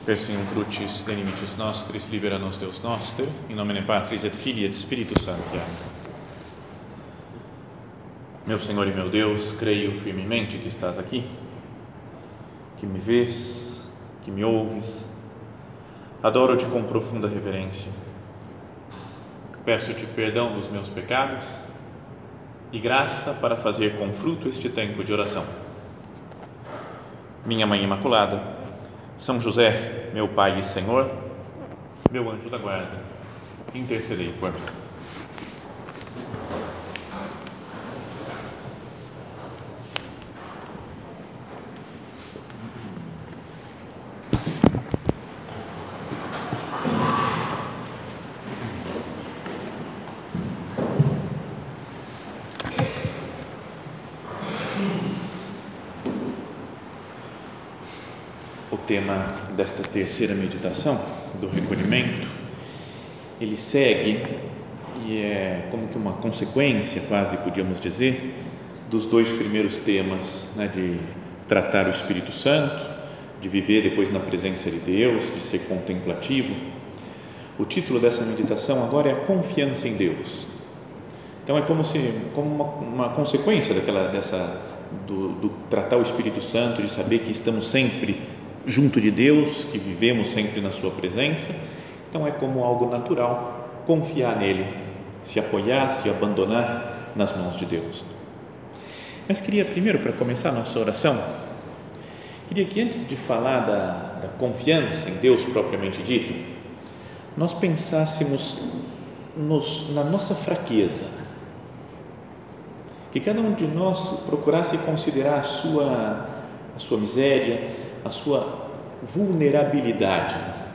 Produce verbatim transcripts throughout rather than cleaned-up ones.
Persium crucis de limites nostris, libera nos Deus noster, in nomine Patris et Filii et Spiritus Sancti. Meu Senhor e meu Deus, creio firmemente que estás aqui, que me vês, que me ouves. Adoro-te com profunda reverência. Peço-te perdão dos meus pecados e graça para fazer com fruto este tempo de oração. Minha Mãe Imaculada, São José, meu Pai e Senhor, meu anjo da guarda, intercedei por mim. O tema desta terceira meditação, do recolhimento, ele segue e é como que uma consequência, quase podíamos dizer, dos dois primeiros temas, né, de tratar o Espírito Santo, de viver depois na presença de Deus, de ser contemplativo. O título dessa meditação agora é a confiança em Deus. Então é como se como uma, uma consequência daquela dessa do, do tratar o Espírito Santo, de saber que estamos sempre junto de Deus, que vivemos sempre na sua presença. Então é como algo natural confiar nele, se apoiar, se abandonar nas mãos de Deus. Mas queria primeiro, para começar a nossa oração, queria que antes de falar da, da confiança em Deus propriamente dito, nós pensássemos nos, na nossa fraqueza, que cada um de nós procurasse considerar a sua, a sua miséria, a sua vulnerabilidade.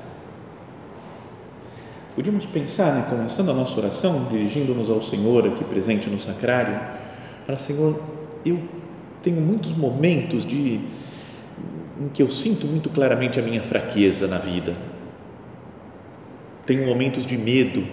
Podíamos pensar, né, começando a nossa oração, dirigindo-nos ao Senhor aqui presente no sacrário, para Senhor, eu tenho muitos momentos de, em que eu sinto muito claramente a minha fraqueza na vida. Tenho momentos de medo.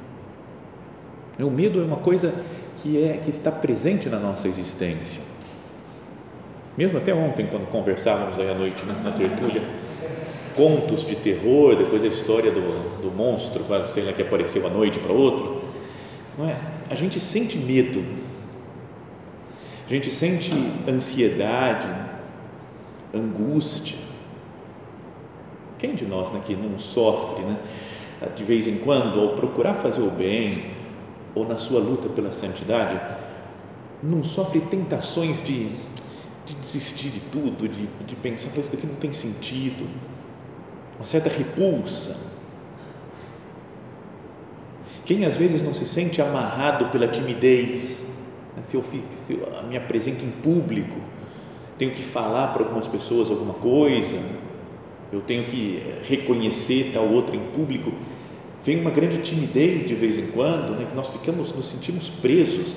O medo é uma coisa que, é, que está presente na nossa existência. Mesmo até ontem, quando conversávamos aí à noite, né, na tertúlia, contos de terror, depois a história do, do monstro, quase sei lá, que apareceu à noite para outro, não é? A gente sente medo, a gente sente ansiedade, angústia. Quem de nós, né, que não sofre, né, de vez em quando, ao procurar fazer o bem, ou na sua luta pela santidade, não sofre tentações de de desistir de tudo, de, de pensar que isso daqui não tem sentido, uma certa repulsa. Quem às vezes não se sente amarrado pela timidez, se eu, se eu me apresento em público, tenho que falar para algumas pessoas alguma coisa, eu tenho que reconhecer tal outro em público, vem uma grande timidez de vez em quando, né, que nós ficamos, nos sentimos presos.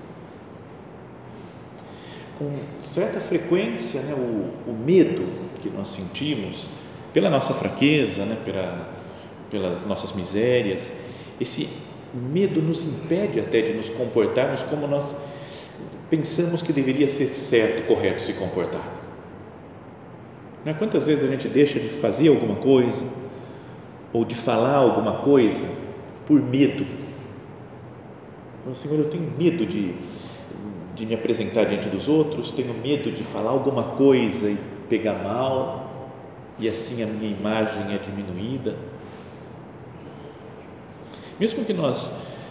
Com certa frequência, né, o, o medo que nós sentimos pela nossa fraqueza, né, pela, pelas nossas misérias, esse medo nos impede até de nos comportarmos como nós pensamos que deveria ser certo, correto se comportar. Não é? Quantas vezes a gente deixa de fazer alguma coisa ou de falar alguma coisa por medo? Então, Senhor, eu tenho medo de de me apresentar diante dos outros, tenho medo de falar alguma coisa e pegar mal, e assim a minha imagem é diminuída. Mesmo que nós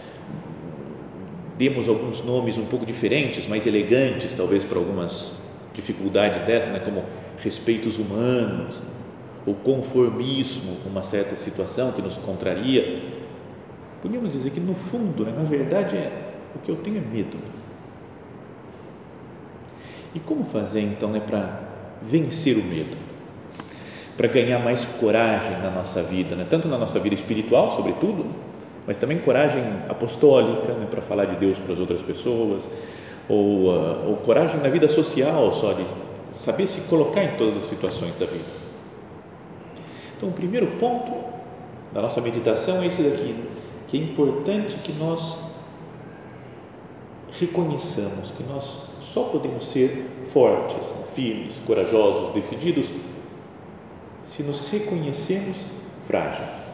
demos alguns nomes um pouco diferentes, mais elegantes, talvez para algumas dificuldades dessas, né, como respeitos humanos, ou conformismo com uma certa situação que nos contraria, podíamos dizer que no fundo, né, na verdade, é, o que eu tenho é medo. E como fazer então, né, para vencer o medo, para ganhar mais coragem na nossa vida, né, tanto na nossa vida espiritual, sobretudo, mas também coragem apostólica, né, para falar de Deus para as outras pessoas, ou, uh, ou coragem na vida social, só de saber se colocar em todas as situações da vida. Então, o primeiro ponto da nossa meditação é esse daqui, né, que é importante que nós reconheçamos que nós só podemos ser fortes, firmes, corajosos, decididos se nos reconhecemos frágeis.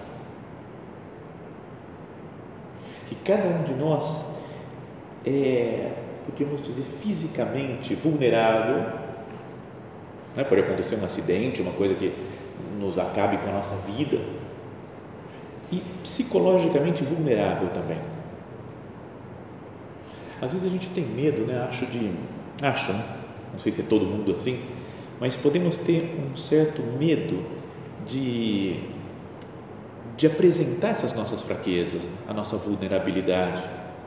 Que cada um de nós é, podemos dizer, fisicamente vulnerável, né? Pode acontecer um acidente, uma coisa que nos acabe com a nossa vida, e psicologicamente vulnerável também. Às vezes a gente tem medo, né? Acho de, acho, né? Não sei se é todo mundo assim, mas podemos ter um certo medo de, de apresentar essas nossas fraquezas, a nossa vulnerabilidade.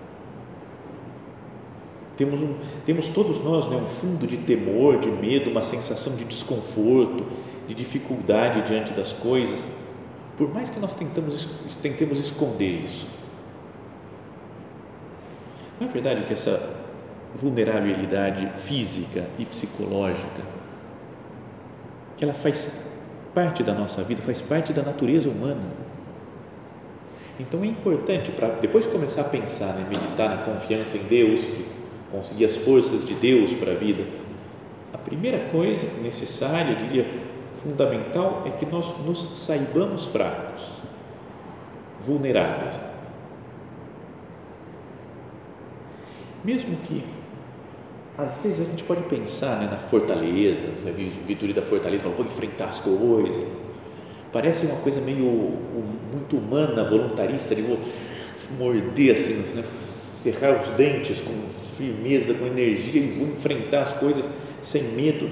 Temos, um, temos todos nós, né, um fundo de temor, de medo, uma sensação de desconforto, de dificuldade diante das coisas, por mais que nós tentamos, tentemos esconder isso. Não é verdade que essa vulnerabilidade física e psicológica, que ela faz parte da nossa vida, faz parte da natureza humana? Então é importante, para depois começar a pensar, né, meditar na confiança em Deus, conseguir as forças de Deus para a vida, a primeira coisa necessária, eu diria, fundamental, é que nós nos saibamos fracos, vulneráveis. Mesmo que, às vezes, a gente pode pensar, né, na fortaleza, a virtude da fortaleza, vou enfrentar as coisas, parece uma coisa meio, muito humana, voluntarista, de vou morder assim, né, cerrar os dentes com firmeza, com energia e vou enfrentar as coisas sem medo.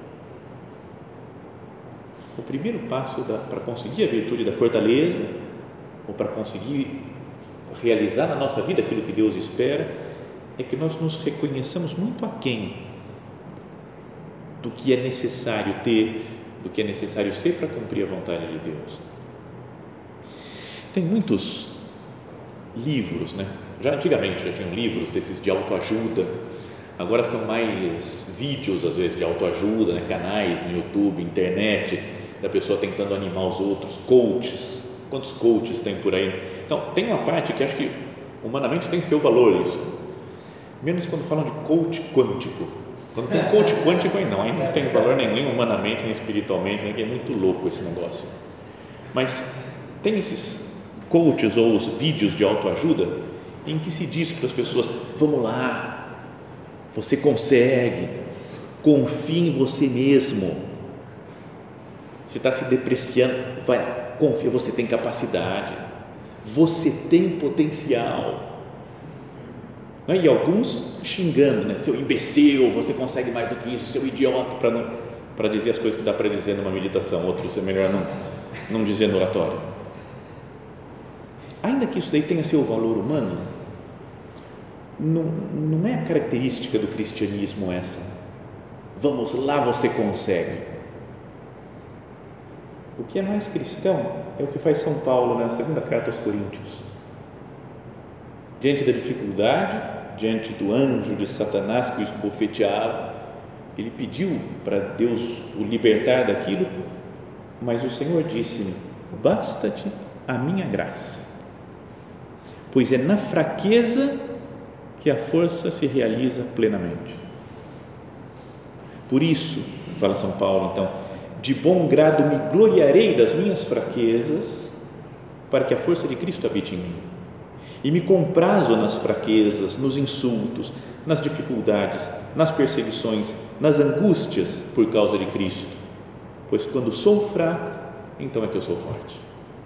O primeiro passo para conseguir a virtude da fortaleza, ou para conseguir realizar na nossa vida aquilo que Deus espera, é que nós nos reconheçamos muito aquém do que é necessário ter, do que é necessário ser para cumprir a vontade de Deus. Tem muitos livros, né? Já antigamente já tinham livros desses de autoajuda, agora são mais vídeos às vezes de autoajuda, né? Canais no YouTube, internet, da pessoa tentando animar os outros, coaches, quantos coaches tem por aí? Então, tem uma parte que acho que humanamente tem seu valor isso, menos quando falam de coach quântico. Quando tem coach quântico, aí não, aí não tem valor nenhum, nem humanamente, nem espiritualmente, né? Que é muito louco esse negócio. Mas tem esses coaches ou os vídeos de autoajuda em que se diz para as pessoas, vamos lá, você consegue, confie em você mesmo. Você está se depreciando, vai, confia, você tem capacidade, você tem potencial. E alguns xingando, né? Seu imbecil, você consegue mais do que isso, seu idiota, para não, para dizer as coisas que dá para dizer numa meditação, outros é melhor não, não dizer no oratório. Ainda que isso daí tenha seu valor humano, não, não é a característica do cristianismo essa. Vamos lá, você consegue. O que é mais cristão é o que faz São Paulo na segunda carta aos Coríntios. Diante da dificuldade, diante do anjo de Satanás que o esbofeteava, ele pediu para Deus o libertar daquilo, mas o Senhor disse-lhe, basta-te a minha graça, pois é na fraqueza que a força se realiza plenamente. Por isso, fala São Paulo então, de bom grado me gloriarei das minhas fraquezas, para que a força de Cristo habite em mim. E me comprazo nas fraquezas, nos insultos, nas dificuldades, nas perseguições, nas angústias por causa de Cristo, pois quando sou fraco, então é que eu sou forte.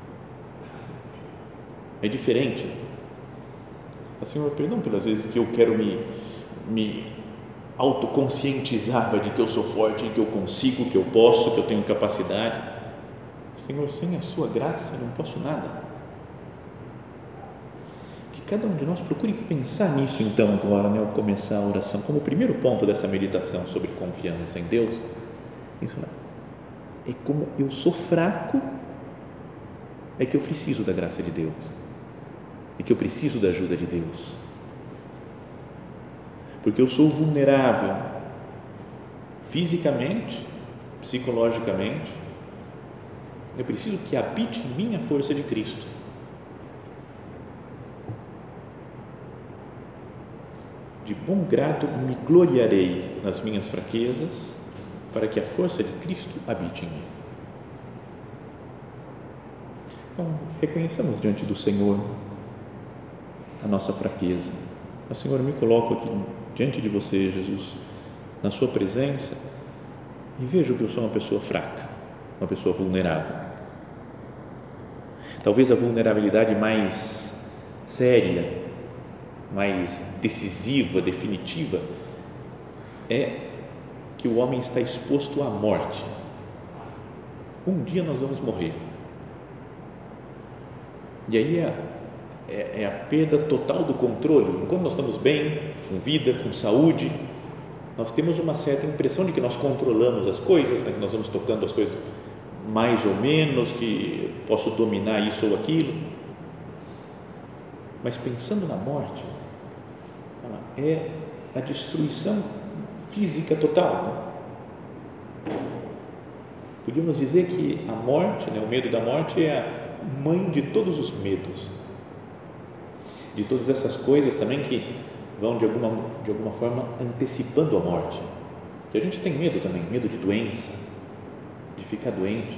É diferente. Senhor, perdão pelas vezes que eu quero me, me autoconscientizar de que eu sou forte, de que eu consigo, que eu posso, que eu tenho capacidade. Senhor, sem a sua graça eu não posso nada. Que cada um de nós procure pensar nisso então agora, né, ao começar a oração, como o primeiro ponto dessa meditação sobre confiança em Deus. Isso é como eu sou fraco, é que eu preciso da graça de Deus, é que eu preciso da ajuda de Deus, porque eu sou vulnerável fisicamente, psicologicamente, eu preciso que habite em mim a força de Cristo. De bom grado me gloriarei nas minhas fraquezas, para que a força de Cristo habite em mim. Então, reconheçamos diante do Senhor a nossa fraqueza. O Senhor, eu me coloco aqui diante de você, Jesus, na sua presença, e vejo que eu sou uma pessoa fraca, uma pessoa vulnerável. Talvez a vulnerabilidade mais séria, mais decisiva, definitiva, é que o homem está exposto à morte. Um dia nós vamos morrer. E aí é, é, é a perda total do controle. Enquanto nós estamos bem, com vida, com saúde, nós temos uma certa impressão de que nós controlamos as coisas, né? Que nós vamos tocando as coisas mais ou menos, que posso dominar isso ou aquilo. Mas pensando na morte, é a destruição física total. Podíamos dizer que a morte, né, o medo da morte é a mãe de todos os medos, de todas essas coisas também que vão de alguma, de alguma forma antecipando a morte. Que a gente tem medo também, medo de doença, de ficar doente.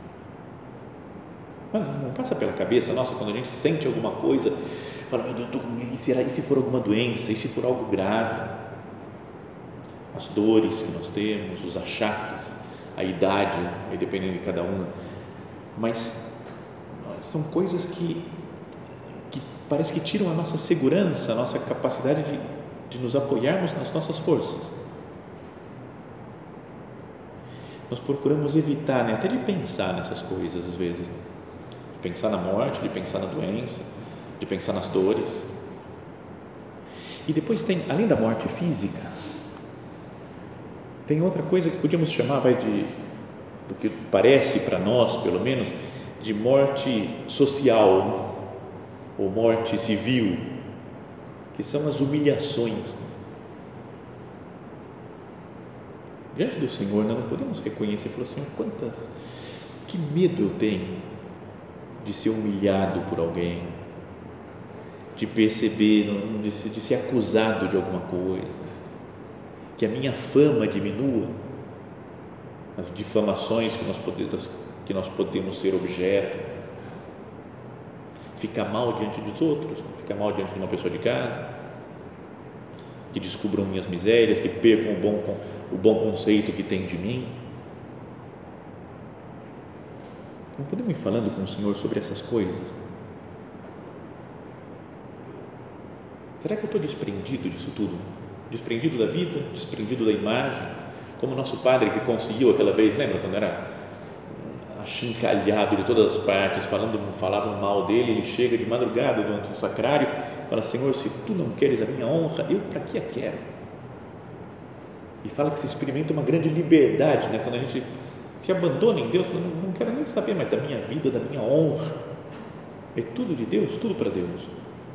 Mas não passa pela cabeça nossa quando a gente sente alguma coisa, fala, meu Deus, estou com medo, e será, e se for alguma doença, e se for algo grave? As dores que nós temos, os achaques, a idade, aí dependendo de cada uma, mas são coisas que, que parece que tiram a nossa segurança, a nossa capacidade de, de nos apoiarmos nas nossas forças. Nós procuramos evitar, né, até de pensar nessas coisas às vezes, né? De pensar na morte, de pensar na doença, de pensar nas dores. E depois tem, além da morte física, tem outra coisa que podíamos chamar, vai de, do que parece para nós, pelo menos, de morte social ou morte civil, que são as humilhações. Diante do Senhor, nós não podemos reconhecer, falar, Senhor, quantas, que medo eu tenho de ser humilhado por alguém, de perceber, de ser, de ser acusado de alguma coisa, que a minha fama diminua, as difamações que nós podemos, que nós podemos ser objeto, ficar mal diante dos outros, ficar mal diante de uma pessoa de casa, que descubram minhas misérias, que percam o bom, o bom conceito que tem de mim. Não podemos ir falando com o Senhor sobre essas coisas? Será que eu estou desprendido disso tudo? Desprendido da vida, desprendido da imagem, como o nosso padre que conseguiu aquela vez, lembra quando era achincalhado de todas as partes, falando, falavam mal dele, ele chega de madrugada do sacrário, fala, Senhor, se tu não queres a minha honra, eu para que a quero? E fala que se experimenta uma grande liberdade, né? Quando a gente se abandona em Deus, eu não, não quero nem saber mais da minha vida, da minha honra, é tudo de Deus, tudo para Deus.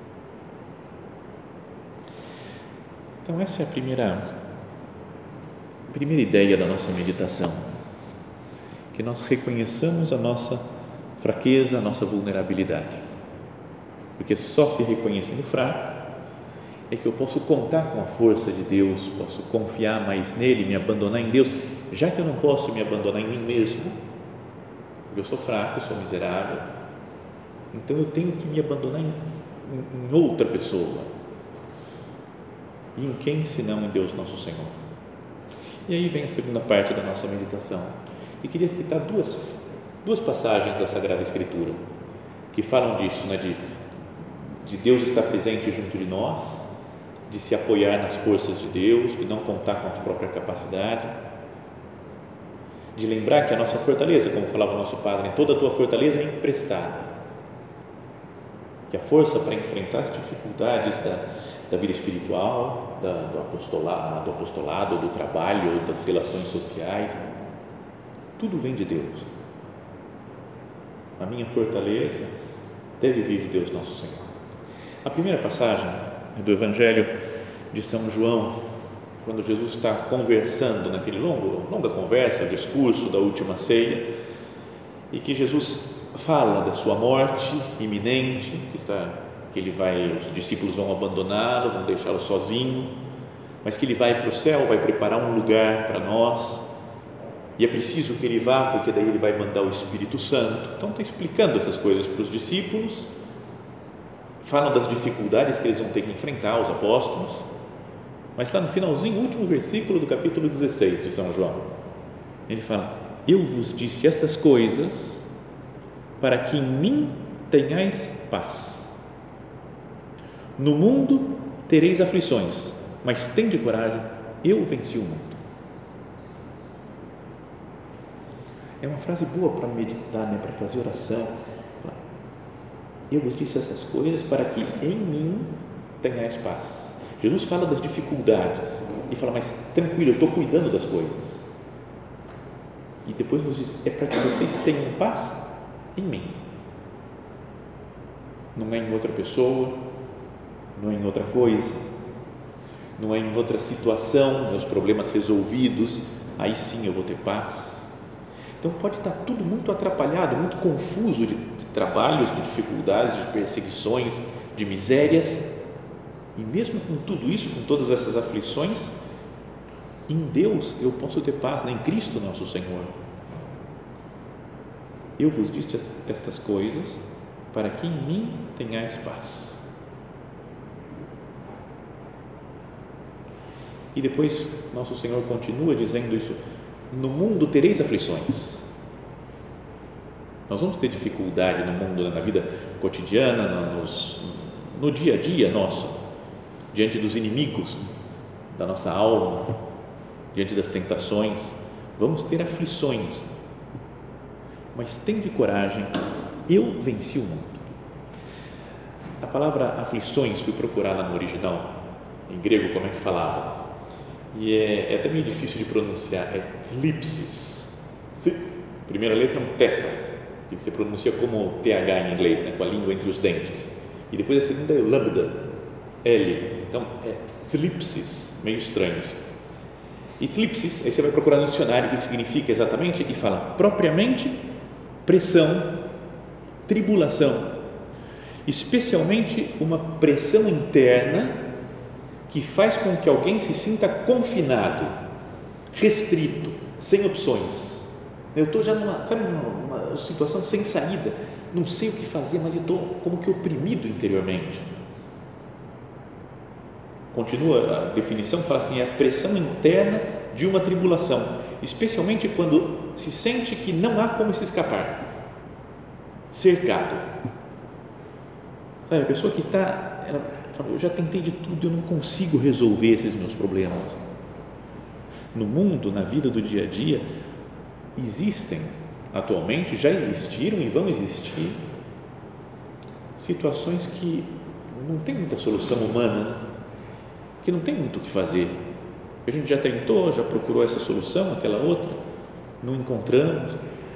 Então essa é a primeira, a primeira ideia da nossa meditação, que nós reconheçamos a nossa fraqueza, a nossa vulnerabilidade, porque só se reconhecendo fraco é que eu posso contar com a força de Deus, posso confiar mais nele, me abandonar em Deus, já que eu não posso me abandonar em mim mesmo, porque eu sou fraco, eu sou miserável, então eu tenho que me abandonar em, em, em outra pessoa. E em quem, senão em Deus nosso Senhor? E aí vem a segunda parte da nossa meditação. E queria citar duas, duas passagens da Sagrada Escritura que falam disso, né? de, de Deus estar presente junto de nós, de se apoiar nas forças de Deus, de não contar com a própria capacidade, de lembrar que a nossa fortaleza, como falava o nosso Padre, toda a tua fortaleza é emprestada, que a força para enfrentar as dificuldades da, da vida espiritual, da, do, apostolado, do apostolado, do trabalho, das relações sociais, tudo vem de Deus. A minha fortaleza deve vir de Deus nosso Senhor. A primeira passagem é do Evangelho de São João, quando Jesus está conversando naquele longo, longa conversa, o discurso da última ceia, e que Jesus fala da sua morte iminente, que, está, que ele vai, os discípulos vão abandoná-lo, vão deixá-lo sozinho, mas que ele vai para o céu, vai preparar um lugar para nós, e é preciso que ele vá, porque daí ele vai mandar o Espírito Santo. Então está explicando essas coisas para os discípulos, falam das dificuldades que eles vão ter que enfrentar, os apóstolos, mas lá no finalzinho, último versículo do capítulo dezesseis de São João, ele fala: eu vos disse essas coisas para que em mim tenhais paz. No mundo tereis aflições, mas tende coragem, eu venci o mundo. É uma frase boa para meditar, né? Para fazer oração. Eu vos disse essas coisas para que em mim tenhais paz. Jesus fala das dificuldades e fala: mas tranquilo, eu estou cuidando das coisas. E depois nos diz: é para que vocês tenham paz em mim. Não é em outra pessoa, não é em outra coisa, não é em outra situação, meus problemas resolvidos, aí sim eu vou ter paz. Então pode estar tudo muito atrapalhado, muito confuso de, de trabalhos, de dificuldades, de perseguições, de misérias, e mesmo com tudo isso, com todas essas aflições, em Deus eu posso ter paz, né? Em Cristo nosso Senhor. Eu vos disse estas coisas para que em mim tenhais paz. E depois nosso Senhor continua dizendo isso: no mundo tereis aflições. Nós vamos ter dificuldade no mundo, na vida cotidiana, no, nos, no dia a dia nosso, diante dos inimigos da nossa alma, diante das tentações, vamos ter aflições, mas tende coragem, eu venci o mundo. A palavra aflições, fui procurar lá no original, em grego, como é que falava, e é, é até meio difícil de pronunciar, é thlipsis, primeira letra é um teta, que se pronuncia como T H em inglês, né, com a língua entre os dentes, e depois a segunda é lambda, L, então é thlipsis, meio estranho. E thlipsis, aí você vai procurar no dicionário o que significa exatamente e fala propriamente pressão, tribulação, especialmente uma pressão interna que faz com que alguém se sinta confinado, restrito, sem opções. Eu estou já numa, sabe, numa situação sem saída, não sei o que fazer, mas eu estou como que oprimido interiormente. Continua a definição, fala assim: é a pressão interna de uma tribulação, especialmente quando se sente que não há como se escapar, cercado. Sabe, a pessoa que está, ela fala: eu já tentei de tudo, eu não consigo resolver esses meus problemas. No mundo, na vida do dia a dia, existem, atualmente, já existiram e vão existir situações que não tem muita solução humana, né? Que não tem muito o que fazer. A gente já tentou, já procurou essa solução, aquela outra, não encontramos.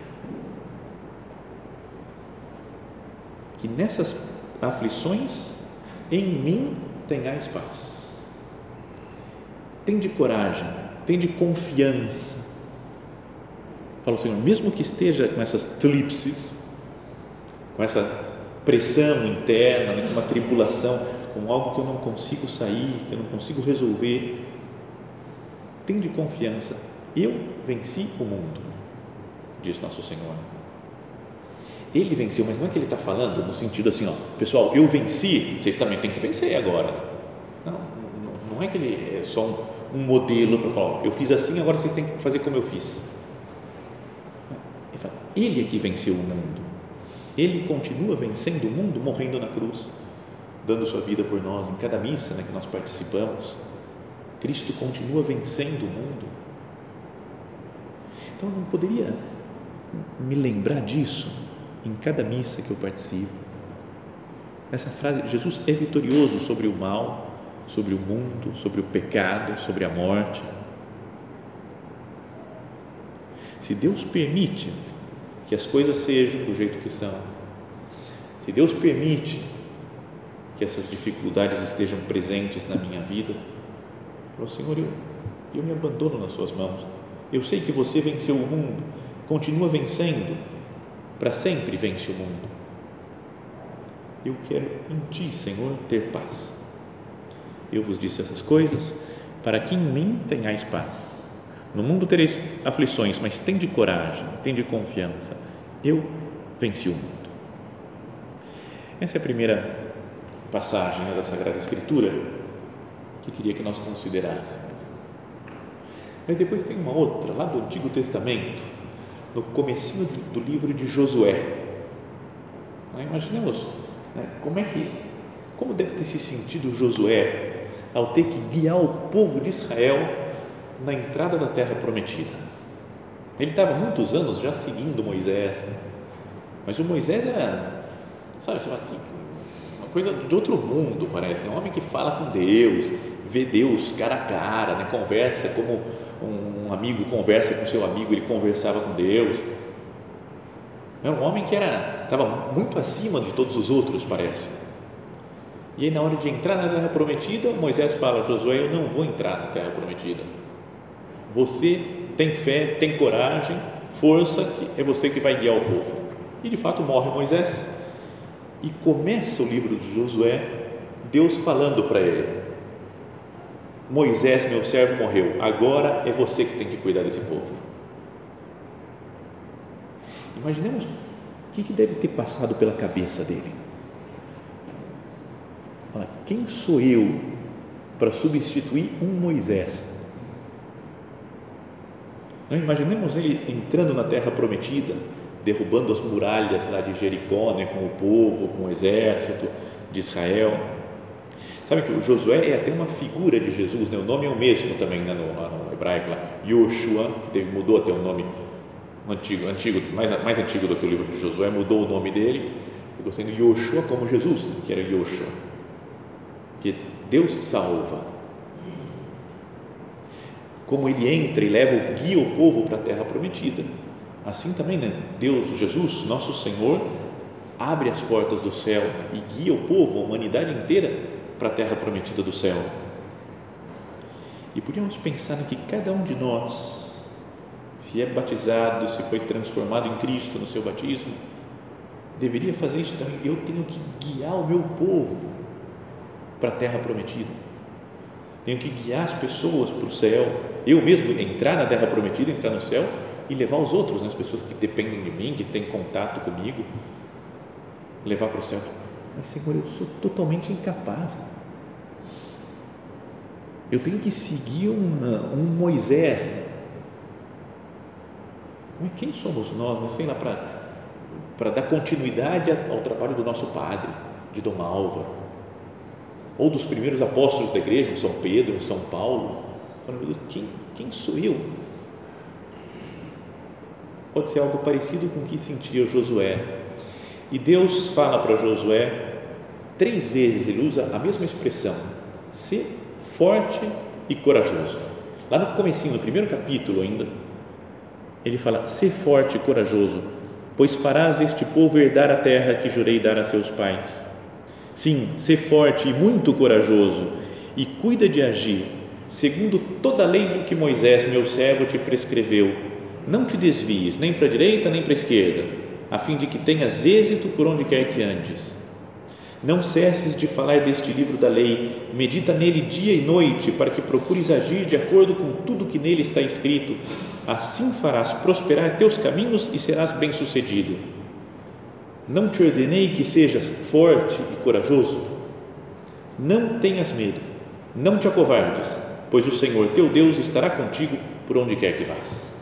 Que nessas aflições, em mim tenhais paz. Tende coragem, tende confiança. Fala o Senhor, mesmo que esteja com essas thlipsis, com essa pressão interna, né, com uma tribulação, com algo que eu não consigo sair, que eu não consigo resolver, tende confiança, eu venci o mundo, diz nosso Senhor. Ele venceu, mas não é que ele está falando no sentido assim, ó, pessoal, eu venci, vocês também têm que vencer agora. Não, não, não é que ele é só um, um modelo para falar, ó, eu fiz assim, agora vocês têm que fazer como eu fiz. Ele fala, ele é que venceu o mundo, ele continua vencendo o mundo, morrendo na cruz, dando sua vida por nós, em cada missa, né, que nós participamos. Cristo continua vencendo o mundo. Então eu não poderia me lembrar disso em cada missa que eu participo. Essa frase, Jesus é vitorioso sobre o mal, sobre o mundo, sobre o pecado, sobre a morte. Se Deus permite que as coisas sejam do jeito que são, se Deus permite que essas dificuldades estejam presentes na minha vida, eu falo, Senhor, eu, eu me abandono nas suas mãos. Eu sei que você venceu o mundo, continua vencendo, para sempre vence o mundo. Eu quero em ti, Senhor, ter paz. Eu vos disse essas coisas para que em mim tenhais paz. No mundo tereis aflições, mas tende coragem, tende confiança. Eu venci o mundo. Essa é a primeira passagem, né, da Sagrada Escritura que eu queria que nós considerássemos. Mas depois tem uma outra, lá do Antigo Testamento, no comecinho do livro de Josué. Imaginemos, né, como é que, como deve ter se sentido Josué ao ter que guiar o povo de Israel na entrada da terra prometida. Ele estava há muitos anos já seguindo Moisés, né? Mas o Moisés era, sabe, uma coisa de outro mundo, parece, é um homem que fala com Deus, vê Deus cara a cara, né? Conversa como um amigo conversa com seu amigo, ele conversava com Deus. É um homem que era, estava muito acima de todos os outros, parece. E aí, na hora de entrar na terra prometida, Moisés fala: Josué, eu não vou entrar na terra prometida. Você tem fé, tem coragem, força, que é você que vai guiar o povo. E de fato morre Moisés. E começa o livro de Josué, Deus falando para ele: Moisés, meu servo, morreu, agora é você que tem que cuidar desse povo. Imaginemos o que, que deve ter passado pela cabeça dele. Olha, quem sou eu para substituir um Moisés? Não, imaginemos ele entrando na terra prometida, derrubando as muralhas lá de Jericó, né, com o povo, com o exército de Israel. Sabe que o Josué é até uma figura de Jesus, né? O nome é o mesmo também, né, no, no hebraico lá, Yoshua, que teve, mudou até o nome antigo, antigo mais, mais antigo do que o livro de Josué, mudou o nome dele, ficou sendo Yoshua como Jesus, que era Yoshua, que Deus salva. Como ele entra e leva, guia o povo para a terra prometida, assim também, né? Deus, Jesus, nosso Senhor, abre as portas do céu e guia o povo, a humanidade inteira, para a terra prometida do céu. E podíamos pensar que cada um de nós, se é batizado, se foi transformado em Cristo no seu batismo, deveria fazer isso também. Eu tenho que guiar o meu povo para a terra prometida, tenho que guiar as pessoas para o céu, eu mesmo entrar na terra prometida, entrar no céu e levar os outros, né, as pessoas que dependem de mim, que têm contato comigo, levar para o céu. Mas Senhor, eu sou totalmente incapaz, eu tenho que seguir um, um Moisés. Mas quem somos nós, né? Sei lá, para, para dar continuidade ao trabalho do nosso padre, de Dom Álvaro, ou dos primeiros apóstolos da igreja, São Pedro, São Paulo. Falando, quem, quem sou eu? Pode ser algo parecido com o que sentia Josué. E Deus fala para Josué, três vezes ele usa a mesma expressão: ser forte e corajoso. Lá no comecinho, no primeiro capítulo ainda, ele fala: ser forte e corajoso, pois farás este povo herdar a terra que jurei dar a seus pais. Sim, ser forte e muito corajoso, e cuida de agir segundo toda a lei que Moisés, meu servo, te prescreveu. Não te desvies nem para a direita nem para a esquerda, a fim de que tenhas êxito por onde quer que andes. Não cesses de falar deste livro da lei, medita nele dia e noite, para que procures agir de acordo com tudo que nele está escrito. Assim farás prosperar teus caminhos e serás bem-sucedido. Não te ordenei que sejas forte e corajoso? Não tenhas medo, não te acovardes, pois o Senhor teu Deus estará contigo por onde quer que vás.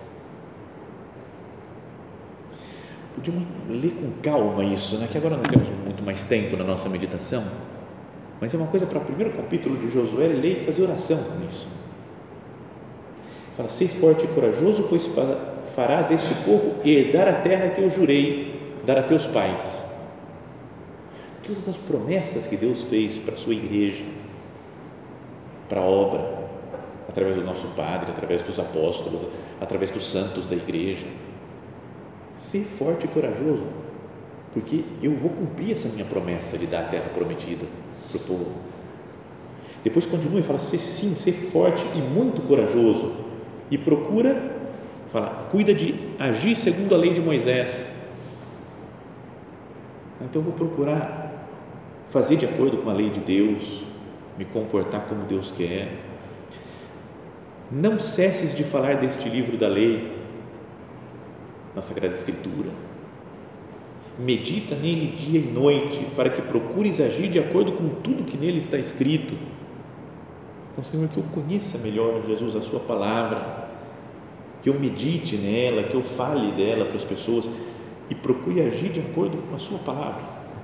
Podíamos ler com calma isso, né? Que agora não temos muito mais tempo na nossa meditação, mas é uma coisa para o primeiro capítulo de Josué, ler e fazer oração com isso. Fala: ser forte e corajoso, pois farás este povo herdar a terra que eu jurei dar a teus pais. Todas as promessas que Deus fez para a sua igreja, para a obra, através do nosso Padre, através dos apóstolos, através dos santos da igreja. Ser forte e corajoso, porque eu vou cumprir essa minha promessa de dar a terra prometida para o povo. Depois continua e fala: ser sim, ser forte e muito corajoso, e procura, fala, cuida de agir segundo a lei de Moisés. Então eu vou procurar fazer de acordo com a lei de Deus, me comportar como Deus quer. não cesses de falar deste livro da lei, na Sagrada Escritura. Medita nele dia e noite, para que procures agir de acordo com tudo que nele está escrito. Então, Senhor, que eu conheça melhor, Jesus, a sua palavra, que eu medite nela, que eu fale dela para as pessoas e procure agir de acordo com a sua palavra.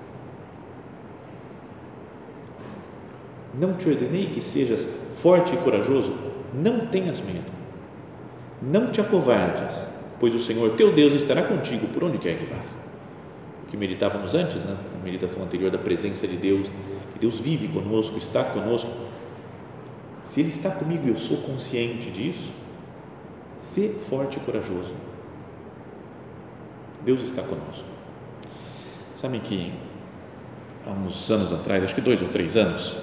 Não te ordenei que sejas forte e corajoso? Não tenhas medo, não te acovardes, pois o Senhor teu Deus estará contigo por onde quer que vás. O que meditávamos antes, né? Na meditação anterior, da presença de Deus, que Deus vive conosco, está conosco. Se Ele está comigo e eu sou consciente disso, ser forte e corajoso. Deus está conosco. Sabem que há uns anos atrás, acho que dois ou três anos,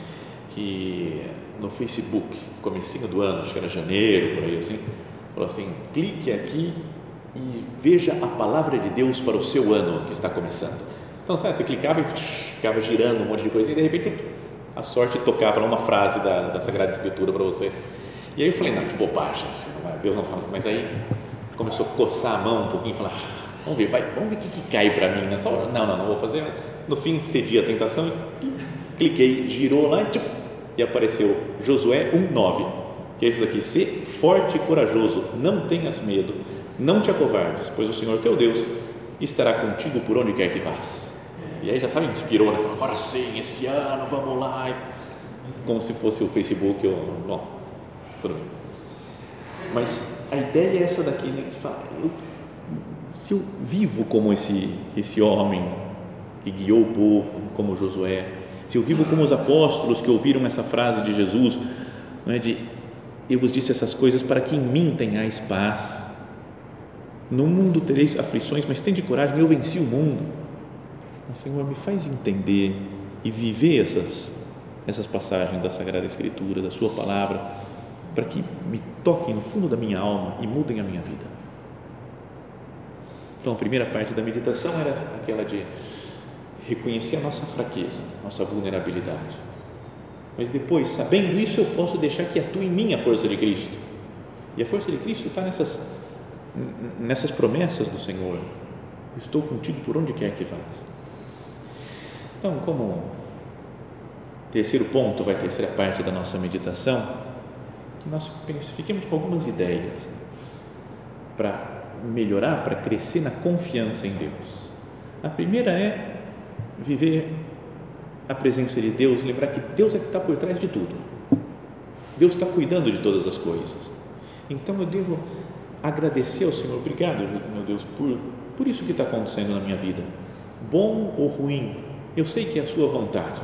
que no Facebook, comecinho do ano, acho que era janeiro, por aí assim, falou assim, clique aqui e veja a palavra de Deus para o seu ano que está começando. Então, sabe, você clicava e ficava girando um monte de coisa e de repente a sorte tocava uma frase da, da Sagrada Escritura para você. E aí eu falei, não, que bobagem, Deus não fala assim. Mas aí começou a coçar a mão um pouquinho e falar, vamos ver, vai, vamos ver o que, que cai para mim nessa hora. Não, não, não vou fazer. No fim, cedi a tentação e cliquei, girou lá e, tipo, e apareceu Josué um, nove, que é isso daqui, ser forte e corajoso, não tenhas medo, não te acovardes, pois o Senhor teu Deus estará contigo por onde quer que vás. E aí já sabe, inspirou, né? Falou, agora sim, esse ano, vamos lá, como se fosse o Facebook, ou, bom, tudo bem. Mas a ideia é essa daqui, né? De falar, eu, se eu vivo como esse, esse homem que guiou o povo, como Josué, se eu vivo como os apóstolos que ouviram essa frase de Jesus, não é, de eu vos disse essas coisas para que em mim tenhais paz, no mundo tereis aflições, mas tende coragem, eu venci o mundo. Mas, Senhor, me faz entender e viver essas, essas passagens da Sagrada Escritura, da sua palavra, para que me toquem no fundo da minha alma e mudem a minha vida. Então, a primeira parte da meditação era aquela de reconhecer a nossa fraqueza, nossa vulnerabilidade. Mas depois, sabendo isso, eu posso deixar que atue em mim a força de Cristo. E a força de Cristo está nessas, nessas promessas do Senhor. Estou contigo por onde quer que vás. Então, como terceiro ponto, vai a terceira parte da nossa meditação, que nós fiquemos com algumas ideias, né, para melhorar, para crescer na confiança em Deus. A primeira é viver a presença de Deus, lembrar que Deus é que está por trás de tudo. Deus está cuidando de todas as coisas. Então eu devo agradecer ao Senhor, obrigado, meu Deus, por, por isso que está acontecendo na minha vida, bom ou ruim, eu sei que é a sua vontade.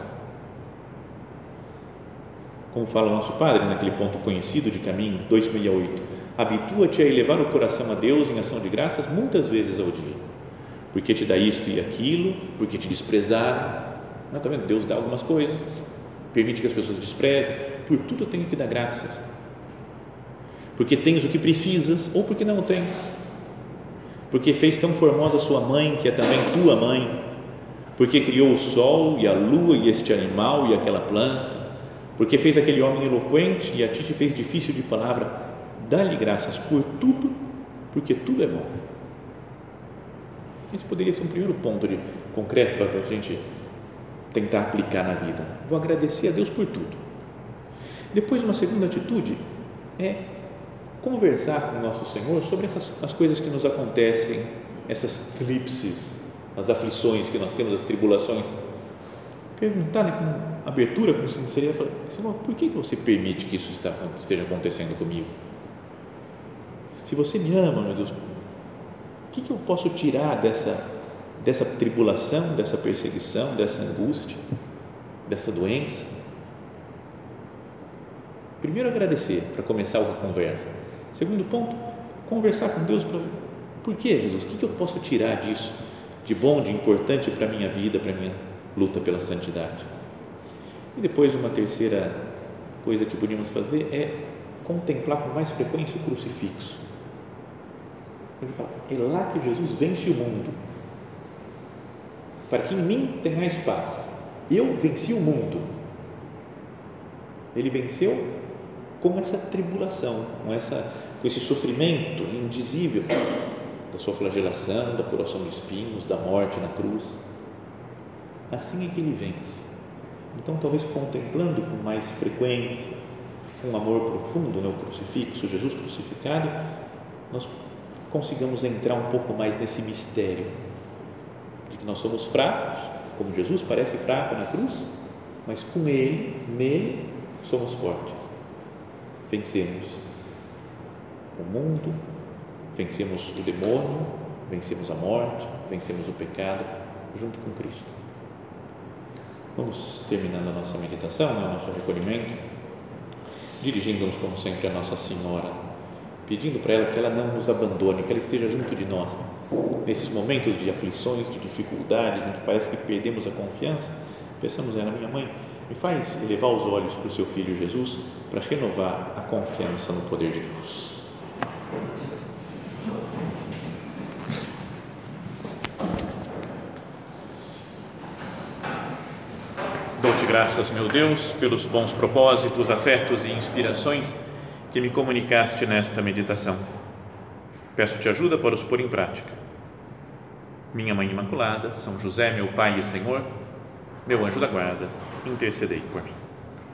Como fala o nosso Padre naquele ponto conhecido de Caminho duzentos e sessenta e oito, habitua-te a elevar o coração a Deus em ação de graças muitas vezes ao dia, porque te dá isto e aquilo, porque te desprezaram. Não, tá vendo? Deus dá algumas coisas, permite que as pessoas desprezem, por tudo eu tenho que dar graças, porque tens o que precisas ou porque não tens, porque fez tão formosa sua mãe, que é também tua mãe, porque criou o sol e a lua e este animal e aquela planta, porque fez aquele homem eloquente e a ti te fez difícil de palavra. Dá-lhe graças por tudo, porque tudo é bom. Esse poderia ser um primeiro ponto de concreto para a gente tentar aplicar na vida. Vou agradecer a Deus por tudo. Depois, uma segunda atitude é conversar com o nosso Senhor sobre essas as coisas que nos acontecem, essas tríplices, as aflições que nós temos, as tribulações. Perguntar, né, com abertura, com sinceridade, falar, Senhor, por que que você permite que isso está, esteja acontecendo comigo? Se você me ama, meu Deus, o que que eu posso tirar dessa dessa tribulação, dessa perseguição, dessa angústia, dessa doença? Primeiro, agradecer para começar uma conversa. Segundo ponto, conversar com Deus para, por que, Jesus? O que que eu posso tirar disso de bom, de importante para a minha vida, para a minha luta pela santidade? E depois, uma terceira coisa que podíamos fazer é contemplar com mais frequência o crucifixo. Ele fala, é lá que Jesus vence o mundo, para que em mim tenhais paz. Eu venci o mundo. Ele venceu com essa tribulação, com, essa, com esse sofrimento indizível da sua flagelação, da coroação de espinhos, da morte na cruz. Assim é que ele vence. Então, talvez contemplando com mais frequência, com um amor profundo no crucifixo, Jesus crucificado, nós consigamos entrar um pouco mais nesse mistério de que nós somos fracos, como Jesus parece fraco na cruz, mas com Ele, nele, somos fortes. Vencemos o mundo, vencemos o demônio, vencemos a morte, vencemos o pecado, junto com Cristo. Vamos terminando a nossa meditação, né, o nosso recolhimento, dirigindo-nos, como sempre, a Nossa Senhora, pedindo para ela que ela não nos abandone, que ela esteja junto de nós, nesses momentos de aflições, de dificuldades, em que parece que perdemos a confiança. Peçamos a ela: minha mãe, me faz elevar os olhos para o seu Filho Jesus, para renovar a confiança no poder de Deus. Dou-te graças, meu Deus, pelos bons propósitos, afetos e inspirações que me comunicaste nesta meditação. Peço-te ajuda para os pôr em prática. Minha Mãe Imaculada, São José, meu Pai e Senhor, meu anjo da guarda, intercedei por mim.